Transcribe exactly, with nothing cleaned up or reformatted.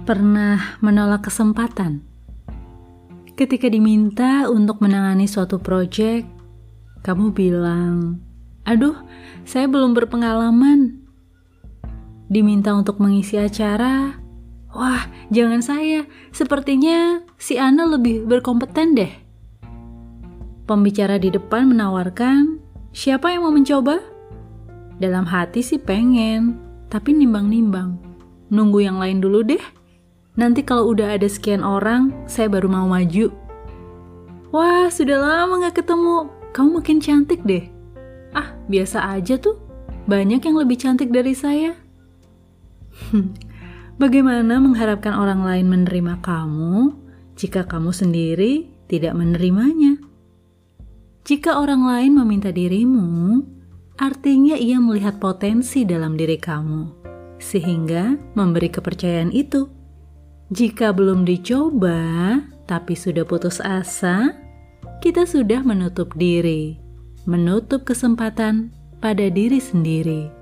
Pernah menolak kesempatan? Ketika diminta untuk menangani suatu proyek, kamu bilang, "Aduh, saya belum berpengalaman." Diminta untuk mengisi acara, "Wah, jangan saya, sepertinya si Ana lebih berkompeten deh." Pembicara di depan menawarkan, "Siapa yang mau mencoba?" Dalam hati sih pengen, tapi nimbang-nimbang. Nunggu yang lain dulu deh. Nanti kalau udah ada sekian orang, saya baru mau maju. "Wah, sudah lama gak ketemu. Kamu makin cantik deh." "Ah, biasa aja tuh. Banyak yang lebih cantik dari saya." Bagaimana mengharapkan orang lain menerima kamu jika kamu sendiri tidak menerimanya? Jika orang lain meminta dirimu, artinya ia melihat potensi dalam diri kamu, sehingga memberi kepercayaan itu. Jika belum dicoba, tapi sudah putus asa, kita sudah menutup diri, menutup kesempatan pada diri sendiri.